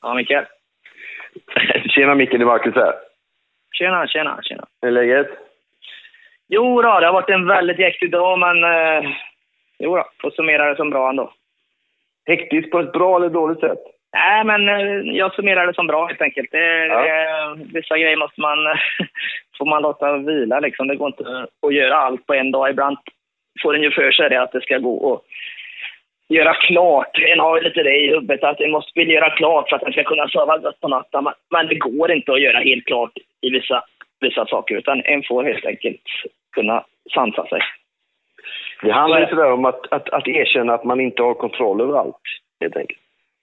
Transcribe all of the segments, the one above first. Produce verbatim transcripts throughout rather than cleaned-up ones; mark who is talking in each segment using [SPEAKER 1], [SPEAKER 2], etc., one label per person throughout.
[SPEAKER 1] Ja, Mikael.
[SPEAKER 2] Tjena Micke, det är Marcus här.
[SPEAKER 1] Tjena, tjena, tjena.
[SPEAKER 2] Hur är läget?
[SPEAKER 1] Jo då, det har varit en väldigt jäktig dag, men eh, jo då, får summera det som bra ändå.
[SPEAKER 2] Hektiskt på ett bra eller dåligt sätt?
[SPEAKER 1] Nej, men eh, jag summerar det som bra helt enkelt. Det,
[SPEAKER 2] Ja.
[SPEAKER 1] det, vissa grejer måste man, får man låta vila liksom. Det går inte att göra allt på en dag. Ibland får en ju för sig det att det ska gå att göra klart. En har ju lite det i huvudet att en måste vill göra klart för att en ska kunna sova gott på natten. Men det går inte att göra helt klart i vissa, vissa saker, utan en får helt enkelt kunna sansa sig.
[SPEAKER 2] Det handlar ju sådär om att, att, att erkänna att man inte har kontroll över allt, helt enkelt.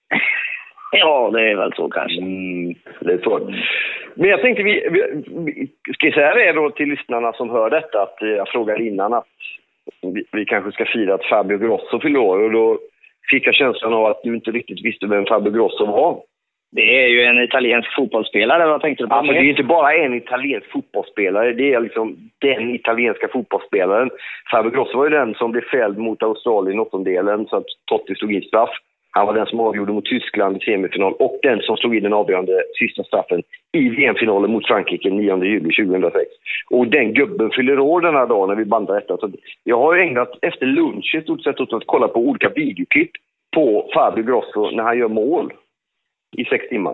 [SPEAKER 1] Ja, det är väl så kanske.
[SPEAKER 2] Mm, det är svårt. Men jag tänkte, vi, vi, vi ska jag säga det då till lyssnarna som hör detta, att jag frågade innan att vi, vi kanske ska fira att Fabio Grosso fyller år, och då fick jag känslan av att du inte riktigt visste vem Fabio Grosso var.
[SPEAKER 1] Det är ju en italiensk fotbollsspelare, vad tänkte du på?
[SPEAKER 2] Alltså det är inte bara en italiensk fotbollsspelare, det är liksom den italienska fotbollsspelaren. Fabio Grosso var ju den som blev fälld mot Australien i åttondelen så att Totti stod in straff. Han var den som avgjorde mot Tyskland i semifinal och den som slog in den avgörande sista straffen i V M-finalen mot Frankrike nionde juli tjugohundrasex. Och den gubben fyller år den här dagen när vi bandar detta. Så jag har ju ägnat efter lunchen stort sett åt att kolla på olika videoklipp på Fabio Grosso när han gör mål i sex timmar.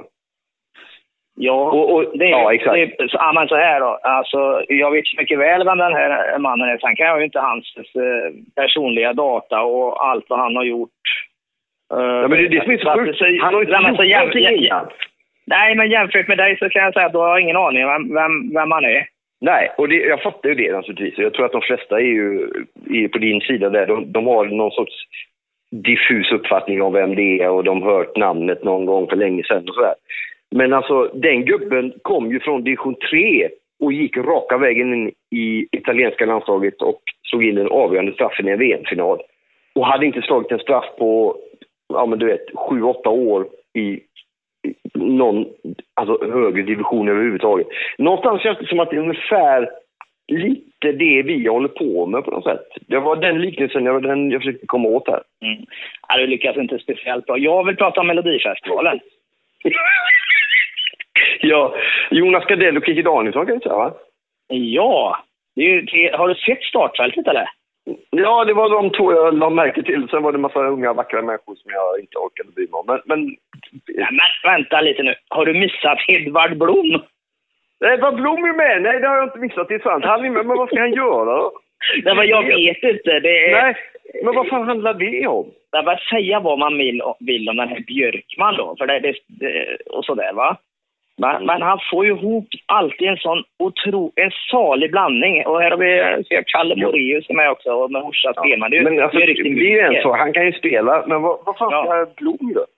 [SPEAKER 1] Ja,
[SPEAKER 2] och, och,
[SPEAKER 1] det är,
[SPEAKER 2] ja, exakt.
[SPEAKER 1] Det är, så, ja, men så här då. Alltså, jag vet mycket väl vem den här mannen är. Sen kan jag ju inte hans eh, personliga data och allt vad han har gjort. Uh,
[SPEAKER 2] ja, men det är det som är så sjukt. Han har inte gjort
[SPEAKER 1] jäm,
[SPEAKER 2] någonting
[SPEAKER 1] jäm,
[SPEAKER 2] innan.
[SPEAKER 1] Nej, men jämfört med dig så kan jag säga att du har ingen aning vem, vem, vem han är.
[SPEAKER 2] Nej, och det, jag fattar ju det naturligtvis. Jag tror att de flesta är ju är på din sida där. De, de har någon sorts diffus uppfattning om vem det är och de har hört namnet någon gång för länge sedan och sådär. Men alltså, den gubben kom ju från division tre och gick raka vägen in i italienska landslaget och slog in den avgörande straffen i en V M-final. Och hade inte slagit en straff på, ja men du vet, sju, åtta år i någon alltså, högre division överhuvudtaget. Någonstans känns det som att det är ungefär lite det vi håller på med på något sätt. Det var den liknelsen jag, den jag försökte komma åt här.
[SPEAKER 1] Mm. Ja, du lyckas inte speciellt bra. Jag vill prata om Melodifestivalen.
[SPEAKER 2] Ja, Jonas Gardell och Kikki Danielsson kan jag säga, va?
[SPEAKER 1] Ja, det är ju, det, har du sett startfältet eller?
[SPEAKER 2] Ja, det var de två jag la märke till. Sen var det en massa unga vackra människor som jag inte orkade bry mig om. Men, men...
[SPEAKER 1] Ja, men vänta lite nu. Har du missat Edvard Blom?
[SPEAKER 2] Edvard Blom är med. Nej, det har jag inte missat. Det är sant. Han är med, men vad ska han göra då?
[SPEAKER 1] Nej, men jag vet inte. Det är...
[SPEAKER 2] Nej, men vad fan handlar det om?
[SPEAKER 1] Jag vill säga vad man vill, vill om den här Björkman då. För det, det, det, och sådär, va? Men, men han får ju ihop alltid en sån otro, en salig blandning. Och här har vi ser Kalle Moraeus som är också och med Orsa
[SPEAKER 2] ja.
[SPEAKER 1] Spelman. Det är,
[SPEAKER 2] men alltså,
[SPEAKER 1] det är,
[SPEAKER 2] det är ju en så. Han kan ju spela. Men vad, vad fan ska ja. Blom då?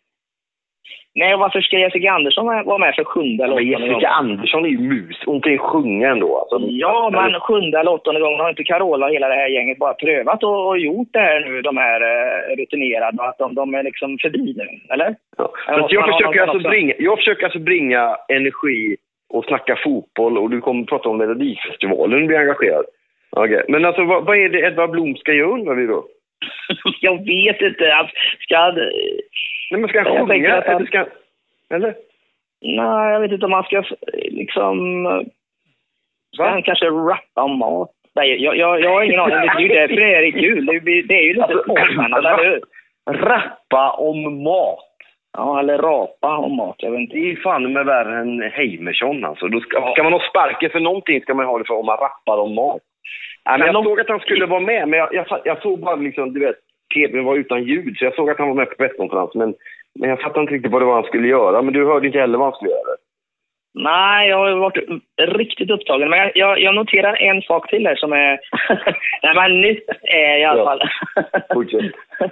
[SPEAKER 1] Nej, varför ska Jessica Andersson vara med för sjunde eller åttonde gången?
[SPEAKER 2] Jessica Andersson är ju mus. Hon kan ju sjunga ändå. Alltså,
[SPEAKER 1] ja, men eller... sjunde eller åttonde gången har inte Carola och hela det här gänget bara prövat och, och gjort det här nu, de här uh, rutinerade. Att de, de är liksom förbi nu, eller?
[SPEAKER 2] Ja. Jag, jag, försöker alltså bringa, jag försöker alltså bringa energi och snacka fotboll och du kommer att prata om Melodifestivalen och bli engagerad. Okay. Men alltså, vad, vad är det Edvard Blom ska göra, undrar vi då?
[SPEAKER 1] Jag vet inte. Alltså, ska...
[SPEAKER 2] Nej, men ska han sjunga?
[SPEAKER 1] Han...
[SPEAKER 2] Eller, ska... eller?
[SPEAKER 1] Nej, jag vet inte om man ska liksom... Ska Va? han kanske rappa om mat? Nej, jag, jag, jag har ingen aning. Det är ju därför det är kul. Det är, det är ju lite alltså, småspännande, eller hur?
[SPEAKER 2] Rappa om mat?
[SPEAKER 1] Ja, eller rapa om mat. Jag vet inte.
[SPEAKER 2] Det är fan med värre än Heimersson alltså. Då ska, ska man ha sparken för någonting ska man ha det för om man rappar om mat. Ja, men jag såg att han skulle vara med, men jag, jag, jag såg bara liksom, du vet, T V var utan ljud, så jag såg att han var med på presskonferens, men, men jag fattade inte riktigt vad det var han skulle göra, men du hörde inte heller vad han skulle göra.
[SPEAKER 1] Nej, jag har varit riktigt upptagen, men jag, jag, jag noterar en sak till här som är, nej men nytt är i alla fall,
[SPEAKER 2] fortsätt.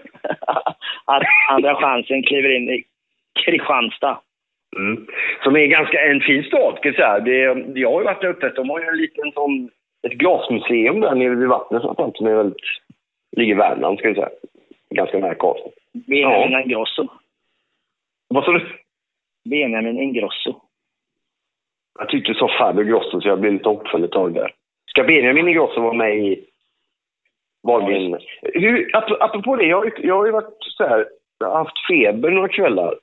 [SPEAKER 1] Att andra chansen kliver in i Kristianstad.
[SPEAKER 2] Mm. Som är ganska en fin stad, ska jag säga. Det, jag har ju varit uppe, de har ju en liten sån, ett glasmuseum där nere vid vattnet som är väldigt, ligger i Värmland, ska jag säga. Ganska nära Karlstad.
[SPEAKER 1] Benjamin ja. Ingrosso.
[SPEAKER 2] Vad sa du?
[SPEAKER 1] Benjamin Ingrosso.
[SPEAKER 2] Jag tyckte du sa Fabio Grosso, så jag blev lite hoppfull ett tag där. Ska Benjamin Ingrosso vara med i Valgen? Hur, apropå det, jag, jag har ju varit så här, jag har haft feber några kvällar.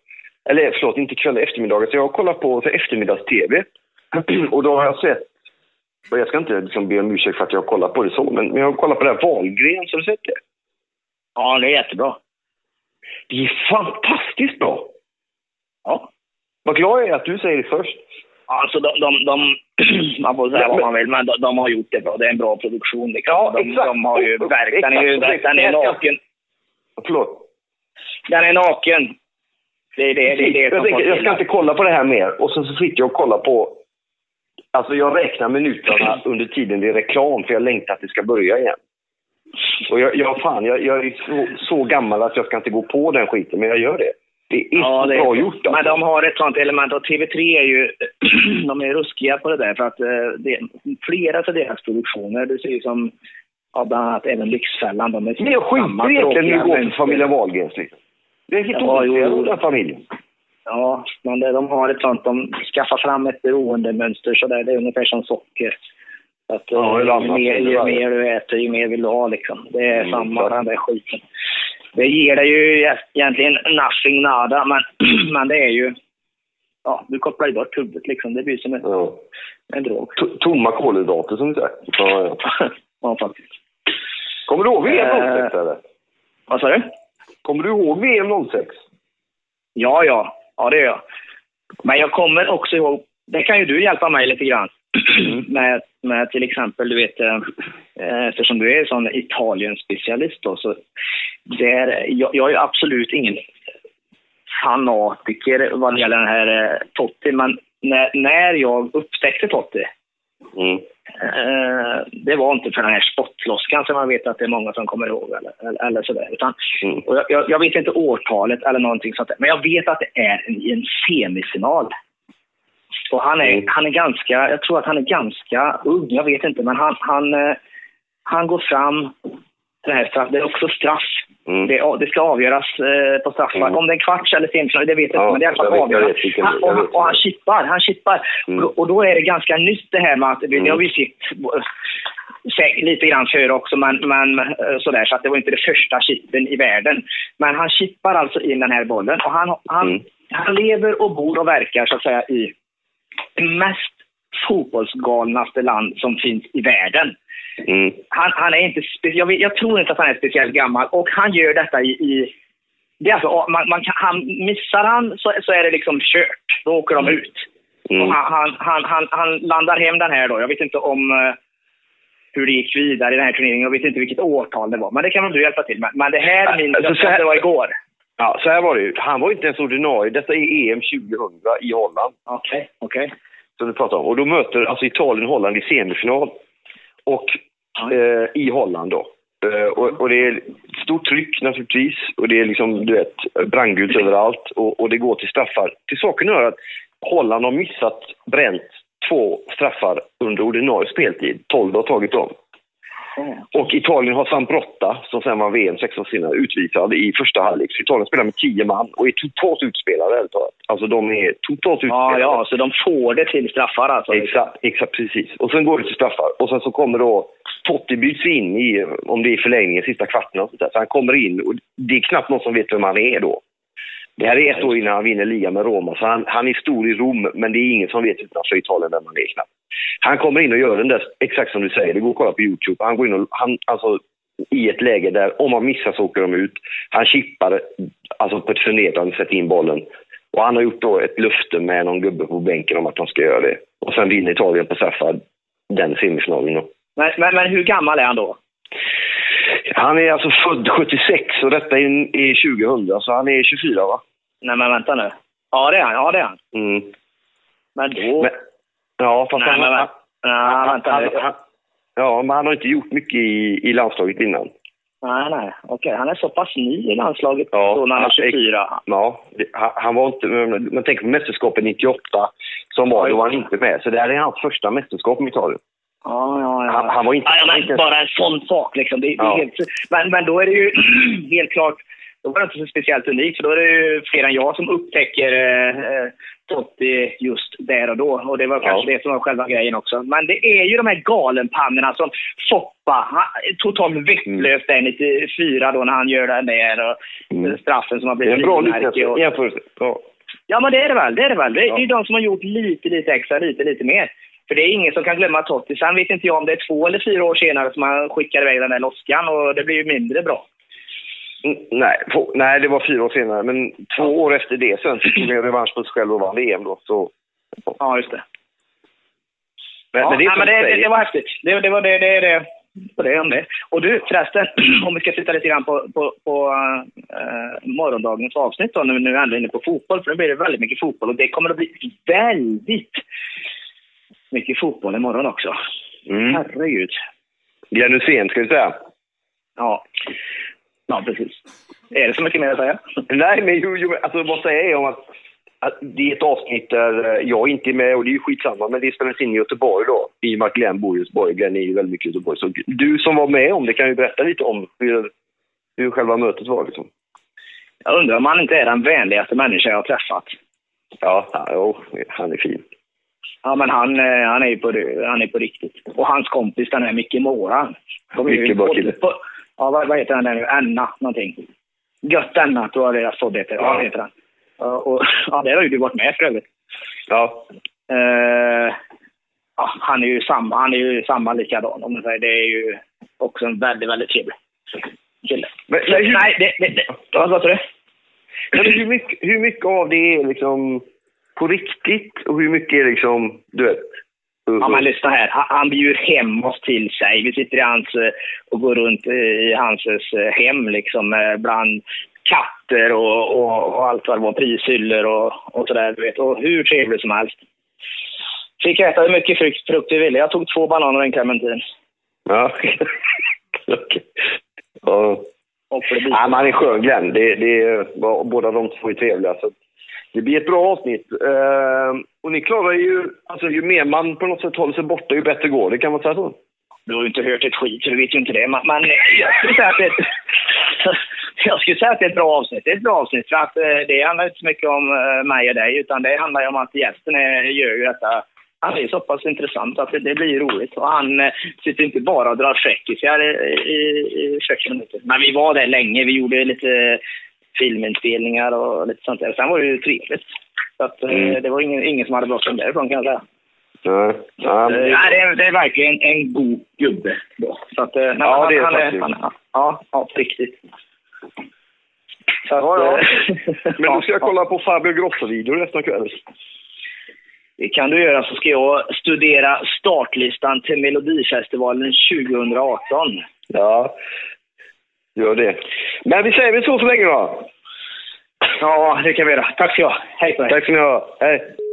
[SPEAKER 2] eller förlåt, inte kväll eftermiddagar. Så jag har kollat på eftermiddags-tv. Och då har jag sett, och jag ska inte liksom be om ursäkt för att jag har kollat på det så, men, men jag har kollat på det här Wahlgren, så har du sett det?
[SPEAKER 1] Ja, det är jättebra.
[SPEAKER 2] Det är fantastiskt bra.
[SPEAKER 1] Ja.
[SPEAKER 2] Vad glad jag är att du säger det först.
[SPEAKER 1] Alltså de, de, de man får säga ja, vad man vill, men de, de har gjort det bra. Det är en bra produktion. Liksom.
[SPEAKER 2] Ja,
[SPEAKER 1] de,
[SPEAKER 2] exakt.
[SPEAKER 1] De har ju verkligen, den är ju den är naken.
[SPEAKER 2] Förlåt.
[SPEAKER 1] Den är naken. Det är det, det, är det
[SPEAKER 2] jag, tänker, jag ska inte kolla på det här mer. Och sen så sitter jag och kollar på, alltså jag räknar minuterna under tiden det är reklam, för jag längtar att det ska börja igen. Och jag, jag fan, jag, jag är så, så gammal att jag ska inte gå på den skiten, men jag gör det. Det är ja, det är bra gjort. Alltså.
[SPEAKER 1] Men de har ett sånt element, och T V tre är ju, de är ruskiga på det där, för att uh, det, flera av deras produktioner, det ser ju som, ja, bland annat även Lyxfällan. De är
[SPEAKER 2] det är skit egentligen nu går för familjen Wahlgrens liksom. Det är helt
[SPEAKER 1] ja,
[SPEAKER 2] ointresserad den familjen.
[SPEAKER 1] Ja, men det, de har ett sånt, de skaffar fram ett beroendemönster så där, det är ungefär som socker. Att, ja, ju, annat, mer, ju mer du äter, ju mer vill du ha liksom. Det är mm, samma, den där skiten. Det ger dig ju egentligen nothing nada, men, men det är ju, ja, du kopplar ju bort huvudet liksom. Det blir som en, ja. en drog.
[SPEAKER 2] T- tomma kolhydrater som du säger. Ja,
[SPEAKER 1] ja. Ja, faktiskt.
[SPEAKER 2] Kommer du ihåg V M noll sex eller?
[SPEAKER 1] Vad sa du?
[SPEAKER 2] Kommer du ihåg V M noll sex? Ja,
[SPEAKER 1] ja. Ja, det gör jag. Men jag kommer också ihåg, det kan ju du hjälpa mig lite grann. Mm. med, med till exempel, du vet, eh, eftersom du är en sån Italien-specialist då, så där, jag, jag är absolut ingen fanatiker vad det gäller den här eh, Totti, men när, när jag upptäckte Totti, mm. eh, det var inte för den här spottlosskan som man vet att det är många som kommer ihåg eller, eller, eller sådär, utan mm. och jag, jag vet inte årtalet eller någonting sånt där, men jag vet att det är en, en semifinal. Och han är, han är ganska, jag tror att han är ganska ung, jag vet inte, men han, han, han går fram, det här straff, det är också straff, mm. det, det ska avgöras på straffar, mm. om det är en kvarts eller semifinal, det vet jag inte, men det är i alla fall avgöras. Han, och, han, och han chippar, han chippar, mm. och, och då är det ganska nytt det här med att, mm. det har vi sett lite grann för också, men, men sådär, så att det var inte det första chippen i världen. Men han chippar alltså in den här bollen, och han, han, mm. han lever och bor och verkar så att säga i det mest fotbollsgalnaste land som finns i världen. Mm. Han, han är inte spe- jag, vet, jag tror inte att han är speciellt gammal, och han gör detta i, i det är alltså, man, man kan, han, missar han så, så är det liksom kört, då åker de ut. Mm. Och han, han, han, han, han landar hem den här då, jag vet inte om uh, hur det gick vidare i den här turneringen, jag vet inte vilket årtal det var, men det kan väl du hjälpa till med. Men det här, min, alltså, så här det var igår.
[SPEAKER 2] Ja, så här var det ju. Han var inte ens ordinarie. Detta är E M tjugohundra i Holland.
[SPEAKER 1] Okej, okay, okej. Okay.
[SPEAKER 2] Som du pratar om. Och då möter alltså Italien och Holland i semifinal. Och eh, i Holland då. Eh, och, och det är stort tryck naturligtvis. Och det är liksom, du vet, brandgult överallt. Och, och det går till straffar. Till saken är att Holland har missat bränt två straffar under ordinarie speltid. tolv har tagit dem. Och Italien har Zambrotta, som sen var V M sexton sina utvisad i första halvlek. Så Italien spelar med tio man och är totalt utspelade. Alltså de är totalt utspelade.
[SPEAKER 1] Ja, ja, så de får det till straffar alltså.
[SPEAKER 2] Exakt, exakt, precis. Och sen går det till straffar. Och sen så kommer då Totti byts in i, om det är förlängningen, sista kvarten och sånt där. Så han kommer in och det är knappt någon som vet vem han är då. Det här är ett år innan han vinner liga med Roma. Så han, han är stor i Rom, men det är ingen som vet utanför Italien vem han är knappt. Han kommer in och gör den där, exakt som du säger, det går att kolla på YouTube. Han går in och, han, alltså i ett läge där om man missar så åker de ut. Han chippar, alltså på ett förnedrande sätt in bollen. Och han har gjort då ett löfte med någon gubbe på bänken om att han ska göra det. Och sen vinner Italien på straffar den semifinalen då.
[SPEAKER 1] Men, men, men hur gammal är han då?
[SPEAKER 2] Han är alltså född sjuttiosex och detta är, är tjugohundra, så han är tjugofyra va?
[SPEAKER 1] Nej men vänta nu. Ja det är han, ja det är han.
[SPEAKER 2] Mm.
[SPEAKER 1] Men då... Men,
[SPEAKER 2] ja fast
[SPEAKER 1] nej,
[SPEAKER 2] han,
[SPEAKER 1] men,
[SPEAKER 2] han,
[SPEAKER 1] nej,
[SPEAKER 2] han,
[SPEAKER 1] vänta
[SPEAKER 2] han,
[SPEAKER 1] nu.
[SPEAKER 2] Han, ja men han har inte gjort mycket i, i landslaget innan.
[SPEAKER 1] Nej nej, okej. Okay. Han är så pass ny i landslaget ja, då när han är tjugofyra.
[SPEAKER 2] Ja, han, han var inte... Man tänker på mästerskapet nittioåtta som var, då var han inte med. Så det här är hans första mästerskap med Italien.
[SPEAKER 1] Ja, ja, ja.
[SPEAKER 2] Han, han var inte...
[SPEAKER 1] Ja, men inte... Bara en sån sak liksom. Det, det
[SPEAKER 2] ja.
[SPEAKER 1] är helt... men, men då är det ju helt klart... Då var det inte så speciellt unikt. För då är det ju fler än jag som upptäcker eh, Totti just där och då. Och det var kanske ja. det som var själva grejen också. Men det är ju de här galenpannorna som Foppa. Han, totalt vettlöst mm. där nittiofyra då när han gör den där. Och mm. straffen som har blivit
[SPEAKER 2] en bra liknelse.
[SPEAKER 1] Och...
[SPEAKER 2] Jämförelse. Ja.
[SPEAKER 1] Ja, men det är det väl. Det är det väl. Det är, ja. det är de som har gjort lite, lite extra, lite, lite mer. För det är ingen som kan glömma Totti. Sen vet inte jag om det är två eller fyra år senare som man skickar iväg den där loskan och det blir ju mindre bra.
[SPEAKER 2] Mm, nej, få, nej, det var fyra år senare. Men två år efter det sen så tog jag revansch på sig själv och vann V M då. Så,
[SPEAKER 1] ja. ja, just det.
[SPEAKER 2] Men,
[SPEAKER 1] ja,
[SPEAKER 2] men, det,
[SPEAKER 1] nej, men det, det, det var häftigt. Det, det var det, det, det. Och det om det. Och du, förresten, om vi ska titta lite grann på, på, på uh, morgondagens avsnitt då, nu, nu är vi ändå inne på fotboll, för nu blir det väldigt mycket fotboll och det kommer att bli väldigt mycket fotboll imorgon också. Mm. Herregud.
[SPEAKER 2] Glenusén, ska vi säga?
[SPEAKER 1] Ja. Ja, precis. Är det så mycket mer att säga?
[SPEAKER 2] Nej, men ju, ju, alltså, vad säger jag om att, att det är ett avsnitt där jag inte är med och det är ju skitsamma, men det spelas in i Göteborg då. I och med att Glenn bor i Göteborg. Glenn är ju väldigt mycket i Göteborg. Så du som var med om det kan ju berätta lite om hur, hur själva mötet var liksom.
[SPEAKER 1] Jag undrar om han inte är den vänligaste människa jag har träffat.
[SPEAKER 2] Ja, ja han är fin.
[SPEAKER 1] Ja, men han, han, är ju på, han är på riktigt. Och hans kompis, den här Micke Måran.
[SPEAKER 2] Mycket bra kille.
[SPEAKER 1] Ja, vad, vad heter han där nu? Anna, någonting. Gött Anna, tror jag det är så det heter. Ja, det heter han. Uh, och, ja, det har ju du varit med för övrigt.
[SPEAKER 2] Ja.
[SPEAKER 1] Uh, ja, han är ju samma, han är ju samma likadan. Om man säger. Det är ju också en väldigt, väldigt trevlig kille.
[SPEAKER 2] Men, men hur,
[SPEAKER 1] nej, det, det, det. Ja, vad tror du?
[SPEAKER 2] Men hur mycket, hur mycket av det är liksom på riktigt och hur mycket är liksom, du vet?
[SPEAKER 1] Ja, men lyssna här. Han, han bjuder hem oss till sig. Vi sitter i hans och går runt i hans hem liksom bland katter och, och, och allt vad det var, prishyllor och, och sådär, du vet. Och hur trevligt som helst. Fick äta hur mycket frukt, frukt vi ville. Jag tog två bananer och en clementin.
[SPEAKER 2] Ja, okej. Ja. Ja, man är skön, Glenn. Det, det, båda de två är trevliga, så det blir ett bra avsnitt. Uh, och ni klarar ju, alltså ju mer man på något sätt håller sig borta, ju bättre går det, kan man säga så?
[SPEAKER 1] Du har ju inte hört ett skit, så du vet ju inte det. Men, men jag skulle säga att det är ett, jag skulle säga att det är ett bra avsnitt. Det är ett bra avsnitt för att uh, det handlar inte så mycket om uh, mig och dig, utan det handlar ju om att gästen är, gör ju detta. Han är så pass intressant att det, det blir roligt. Och han uh, sitter inte bara och drar skäckisar i, i, i tjugo minuter. Men vi var där länge, vi gjorde lite filminspelningar och lite sånt där. Sen var det ju trevligt. Så att, mm. det var ingen, ingen som hade bråttom därifrån, kan jag säga.
[SPEAKER 2] Nej,
[SPEAKER 1] ja, det, nej, det, är, det är verkligen en god gubbe då. Så att, nej,
[SPEAKER 2] ja,
[SPEAKER 1] han,
[SPEAKER 2] det är
[SPEAKER 1] han,
[SPEAKER 2] faktiskt.
[SPEAKER 1] Han, han, ja, ja, riktigt.
[SPEAKER 2] Så att, ja, ja. Men då ska jag kolla på Fabio Grosso-videor nästa kväll.
[SPEAKER 1] Det kan du göra, så ska jag studera startlistan till Melodifestivalen tjugo arton.
[SPEAKER 2] Ja, gör det. Men vi säger väl så så länge då?
[SPEAKER 1] Ja, det kan vi göra. Tack så mycket. Hej på dig.
[SPEAKER 2] Tack så mycket. Hej.